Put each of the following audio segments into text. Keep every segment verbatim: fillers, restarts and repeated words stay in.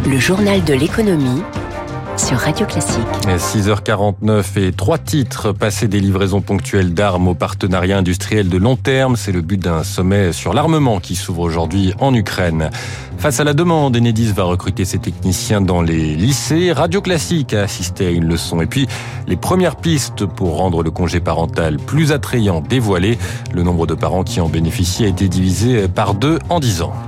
Le journal de l'économie sur Radio Classique. six heures quarante-neuf et trois titres. Passer des livraisons ponctuelles d'armes aux partenariats industriels de long terme. C'est le but d'un sommet sur l'armement qui s'ouvre aujourd'hui en Ukraine. Face à la demande, Enedis va recruter ses techniciens dans les lycées. Radio Classique a assisté à une leçon. Et puis, les premières pistes pour rendre le congé parental plus attrayant dévoilées. Le nombre de parents qui en bénéficient a été divisé par deux en dix ans.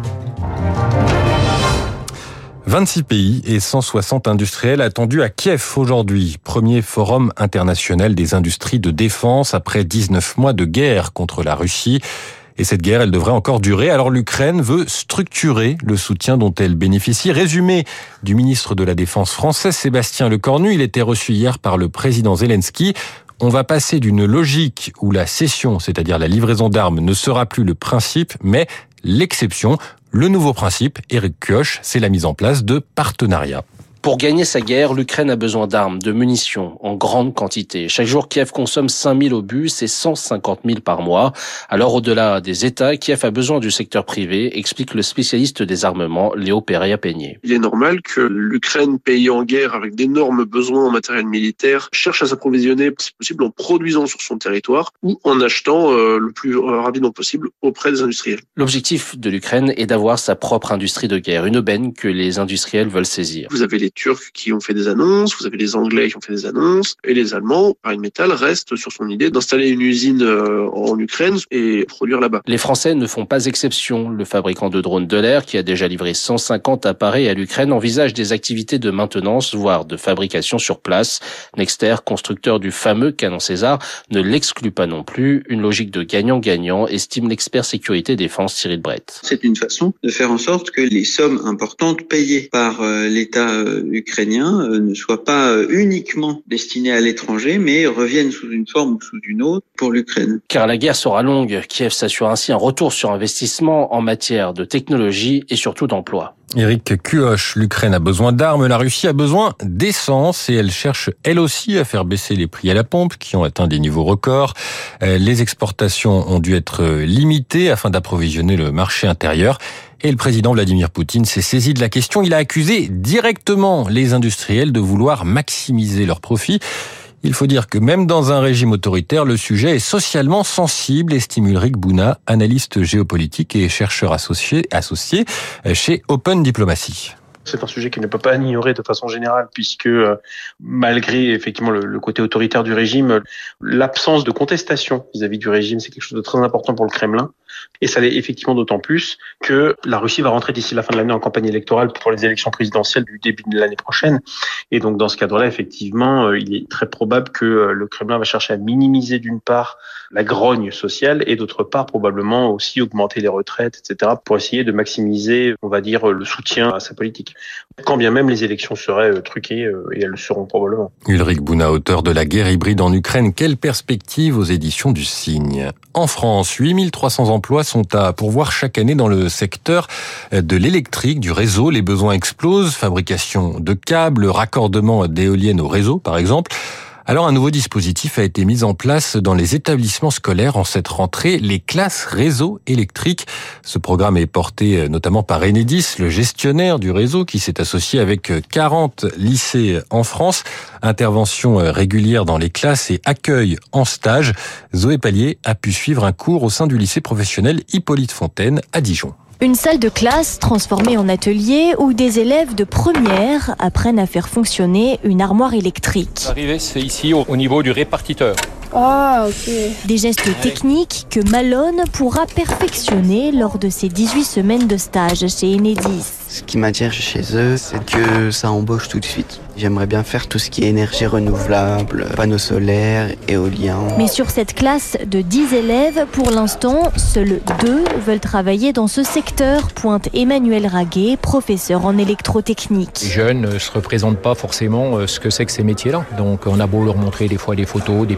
vingt-six pays et cent soixante industriels attendus à Kiev aujourd'hui. Premier forum international des industries de défense après dix-neuf mois de guerre contre la Russie. Et cette guerre, elle devrait encore durer. Alors l'Ukraine veut structurer le soutien dont elle bénéficie. Résumé du ministre de la Défense français, Sébastien Lecornu. Il était reçu hier par le président Zelensky. On va passer d'une logique où la cession, c'est-à-dire la livraison d'armes, ne sera plus le principe, mais l'exception. Le nouveau principe, Éric Kioch, c'est la mise en place de partenariats. Pour gagner sa guerre, l'Ukraine a besoin d'armes, de munitions, en grande quantité. Chaque jour, Kiev consomme cinq mille obus, c'est cent cinquante mille par mois. Alors, au-delà des États, Kiev a besoin du secteur privé, explique le spécialiste des armements, Léo Pereira-Peigné. Il est normal que l'Ukraine, pays en guerre avec d'énormes besoins en matériel militaire, cherche à s'approvisionner, si possible, en produisant sur son territoire ou en achetant euh, le plus rapidement possible auprès des industriels. L'objectif de l'Ukraine est d'avoir sa propre industrie de guerre, une aubaine que les industriels veulent saisir. Vous avez les Turcs qui ont fait des annonces, vous avez les Anglais qui ont fait des annonces, et les Allemands, Rheinmetall, restent sur son idée d'installer une usine en Ukraine et produire là-bas. Les Français ne font pas exception. Le fabricant de drones de l'air, qui a déjà livré cent cinquante appareils à l'Ukraine, envisage des activités de maintenance, voire de fabrication sur place. Nexter, constructeur du fameux canon César, ne l'exclut pas non plus. Une logique de gagnant-gagnant, estime l'expert sécurité défense Cyril Brett. C'est une façon de faire en sorte que les sommes importantes payées par euh, l'État euh, ukrainien euh, ne soient pas euh, uniquement destinées à l'étranger, mais reviennent sous une forme ou sous une autre pour l'Ukraine. Car la guerre sera longue. Kiev s'assure ainsi un retour sur investissement en matière de technologie et surtout d'emploi. Éric Kioch, l'Ukraine a besoin d'armes, la Russie a besoin d'essence et elle cherche elle aussi à faire baisser les prix à la pompe qui ont atteint des niveaux records. Les exportations ont dû être limitées afin d'approvisionner le marché intérieur. Et le président Vladimir Poutine s'est saisi de la question. Il a accusé directement les industriels de vouloir maximiser leurs profits. Il faut dire que même dans un régime autoritaire, le sujet est socialement sensible, estime Ulrich Bouna, analyste géopolitique et chercheur associé, associé chez Open Diplomacy. C'est un sujet qui ne peut pas ignorer de façon générale puisque euh, malgré effectivement le, le côté autoritaire du régime, l'absence de contestation vis-à-vis du régime, c'est quelque chose de très important pour le Kremlin. Et ça l'est effectivement d'autant plus que la Russie va rentrer d'ici la fin de l'année en campagne électorale pour les élections présidentielles du début de l'année prochaine. Et donc dans ce cadre-là, effectivement, euh, il est très probable que euh, le Kremlin va chercher à minimiser d'une part la grogne sociale et d'autre part probablement aussi augmenter les retraites, et cetera pour essayer de maximiser, on va dire, le soutien à sa politique. Quand bien même les élections seraient truquées, et elles le seront probablement. Ulrich Bouna, auteur de La guerre hybride en Ukraine, quelle perspective aux éditions du Cygne. En France, huit mille trois cents emplois sont à pourvoir chaque année dans le secteur de l'électrique, du réseau. Les besoins explosent, fabrication de câbles, raccordement d'éoliennes au réseau par exemple. Alors un nouveau dispositif a été mis en place dans les établissements scolaires en cette rentrée, les classes réseau électrique. Ce programme est porté notamment par Enedis, le gestionnaire du réseau qui s'est associé avec quarante lycées en France. Intervention régulière dans les classes et accueil en stage. Zoé Pallier a pu suivre un cours au sein du lycée professionnel Hippolyte Fontaine à Dijon. Une salle de classe transformée en atelier où des élèves de première apprennent à faire fonctionner une armoire électrique. L'arrivée, c'est ici au niveau du répartiteur. Ah, ok. Des gestes techniques que Malone pourra perfectionner lors de ses dix-huit semaines de stage chez Enedis. Ce qui m'attire chez eux, c'est que ça embauche tout de suite. J'aimerais bien faire tout ce qui est énergie renouvelable, panneaux solaires, éoliens. Mais sur cette classe de dix élèves, pour l'instant, seuls deux veulent travailler dans ce secteur, pointe Emmanuel Raguet, professeur en électrotechnique. Les jeunes ne se représentent pas forcément ce que c'est que ces métiers-là. Donc on a beau leur montrer des fois des photos, des petits films,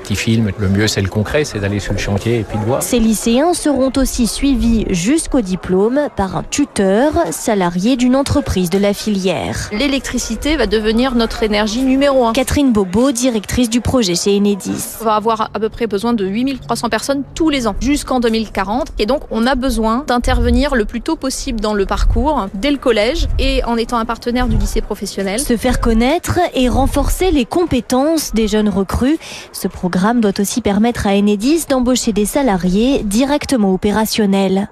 mais le mieux c'est le concret, c'est d'aller sur le chantier et puis de voir. Ces lycéens seront aussi suivis jusqu'au diplôme par un tuteur salarié d'une entreprise de la filière. L'électricité va devenir notre énergie numéro un. Catherine Bobo, directrice du projet chez Enedis. On va avoir à peu près besoin de huit mille trois cents personnes tous les ans jusqu'en deux mille quarante et donc on a besoin d'intervenir le plus tôt possible dans le parcours, dès le collège et en étant un partenaire du lycée professionnel. Se faire connaître et renforcer les compétences des jeunes recrues. Ce programme doit aussi permettre à Enedis d'embaucher des salariés directement opérationnels.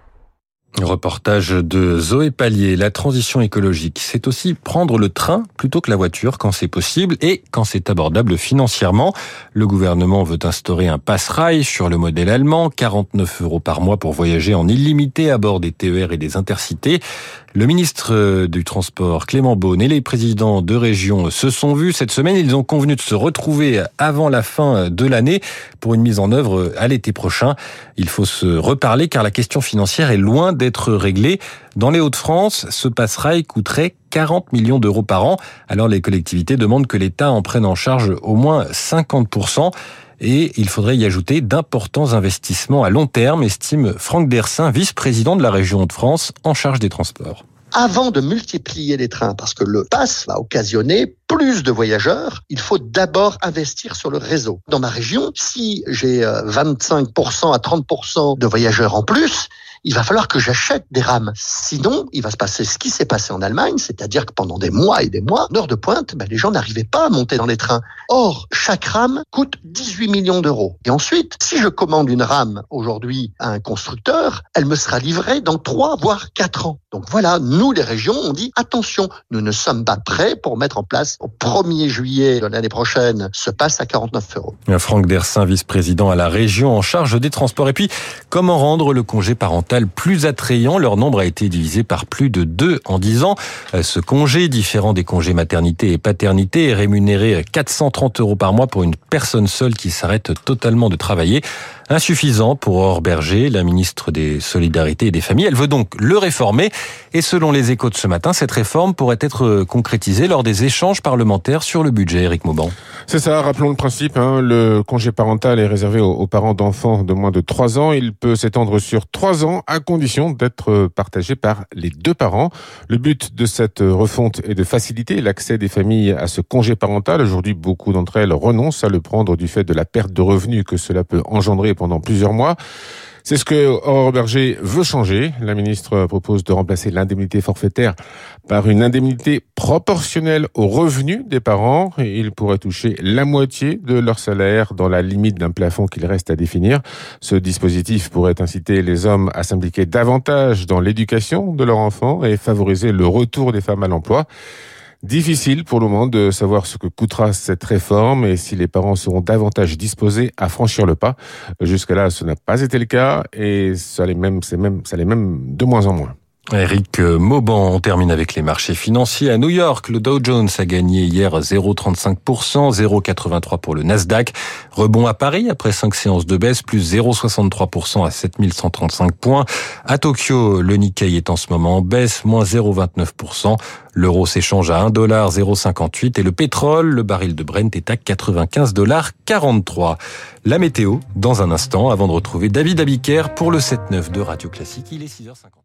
Reportage de Zoé Pallier. La transition écologique, c'est aussi prendre le train plutôt que la voiture quand c'est possible et quand c'est abordable financièrement. Le gouvernement veut instaurer un pass-rail sur le modèle allemand, quarante-neuf euros par mois pour voyager en illimité à bord des T E R et des intercités. Le ministre du Transport, Clément Beaune, et les présidents de région se sont vus cette semaine. Ils ont convenu de se retrouver avant la fin de l'année pour une mise en œuvre à l'été prochain. Il faut se reparler car la question financière est loin d'être réglée. Dans les Hauts-de-France, ce pass-rail coûterait quarante millions d'euros par an. Alors les collectivités demandent que l'État en prenne en charge au moins cinquante pour cent. Et il faudrait y ajouter d'importants investissements à long terme, estime Franck Dersin, vice-président de la région Hauts-de-France en charge des transports. Avant de multiplier les trains, parce que le pass va occasionner plus de voyageurs, il faut d'abord investir sur le réseau. Dans ma région, si j'ai vingt-cinq pour cent à trente pour cent de voyageurs en plus, il va falloir que j'achète des rames. Sinon, il va se passer ce qui s'est passé en Allemagne, c'est-à-dire que pendant des mois et des mois, en heure de pointe, ben, les gens n'arrivaient pas à monter dans les trains. Or, chaque rame coûte dix-huit millions d'euros. Et ensuite, si je commande une rame aujourd'hui à un constructeur, elle me sera livrée dans trois voire quatre ans. Donc voilà, nous les régions, on dit attention, nous ne sommes pas prêts pour mettre en place au premier juillet de l'année prochaine ce pass à quarante-neuf euros. Franck Dersin, vice-président à la région en charge des transports. Et puis, comment rendre le congé parental plus attrayant? Leur nombre a été divisé par plus de deux en dix ans. Ce congé, différent des congés maternité et paternité, est rémunéré quatre cent trente euros par mois pour une personne seule qui s'arrête totalement de travailler. Insuffisant pour Aurore Berger, la ministre des Solidarités et des Familles. Elle veut donc le réformer. Et selon les Échos de ce matin, cette réforme pourrait être concrétisée lors des échanges parlementaires sur le budget. Éric Mauban. C'est ça, rappelons le principe. Hein, le congé parental est réservé aux, aux parents d'enfants de moins de trois ans. Il peut s'étendre sur trois ans à condition d'être partagé par les deux parents. Le but de cette refonte est de faciliter l'accès des familles à ce congé parental. Aujourd'hui, beaucoup d'entre elles renoncent à le prendre du fait de la perte de revenus que cela peut engendrer pendant plusieurs mois. C'est ce que Aurore Berger veut changer. La ministre propose de remplacer l'indemnité forfaitaire par une indemnité proportionnelle aux revenus des parents. Ils pourraient toucher la moitié de leur salaire dans la limite d'un plafond qu'il reste à définir. Ce dispositif pourrait inciter les hommes à s'impliquer davantage dans l'éducation de leurs enfants et favoriser le retour des femmes à l'emploi. Difficile pour le moment de savoir ce que coûtera cette réforme et si les parents seront davantage disposés à franchir le pas. Jusqu'à là, ce n'a pas été le cas et ça l'est même, c'est même, ça l'est même de moins en moins. Éric Mauban, on termine avec les marchés financiers. À New York, le Dow Jones a gagné hier zéro virgule trente-cinq pour cent, zéro virgule quatre-vingt-trois pour le Nasdaq. Rebond à Paris après cinq séances de baisse, plus zéro virgule soixante-trois pour cent à sept mille cent trente-cinq points. À Tokyo, le Nikkei est en ce moment en baisse, moins zéro virgule vingt-neuf pour cent. L'euro s'échange à un dollar zéro virgule cinquante-huit et le pétrole, le baril de Brent est à quatre-vingt-quinze dollars quarante-trois. La météo, dans un instant, avant de retrouver David Abiker pour le sept neuf de Radio Classique. Il est six heures cinquante.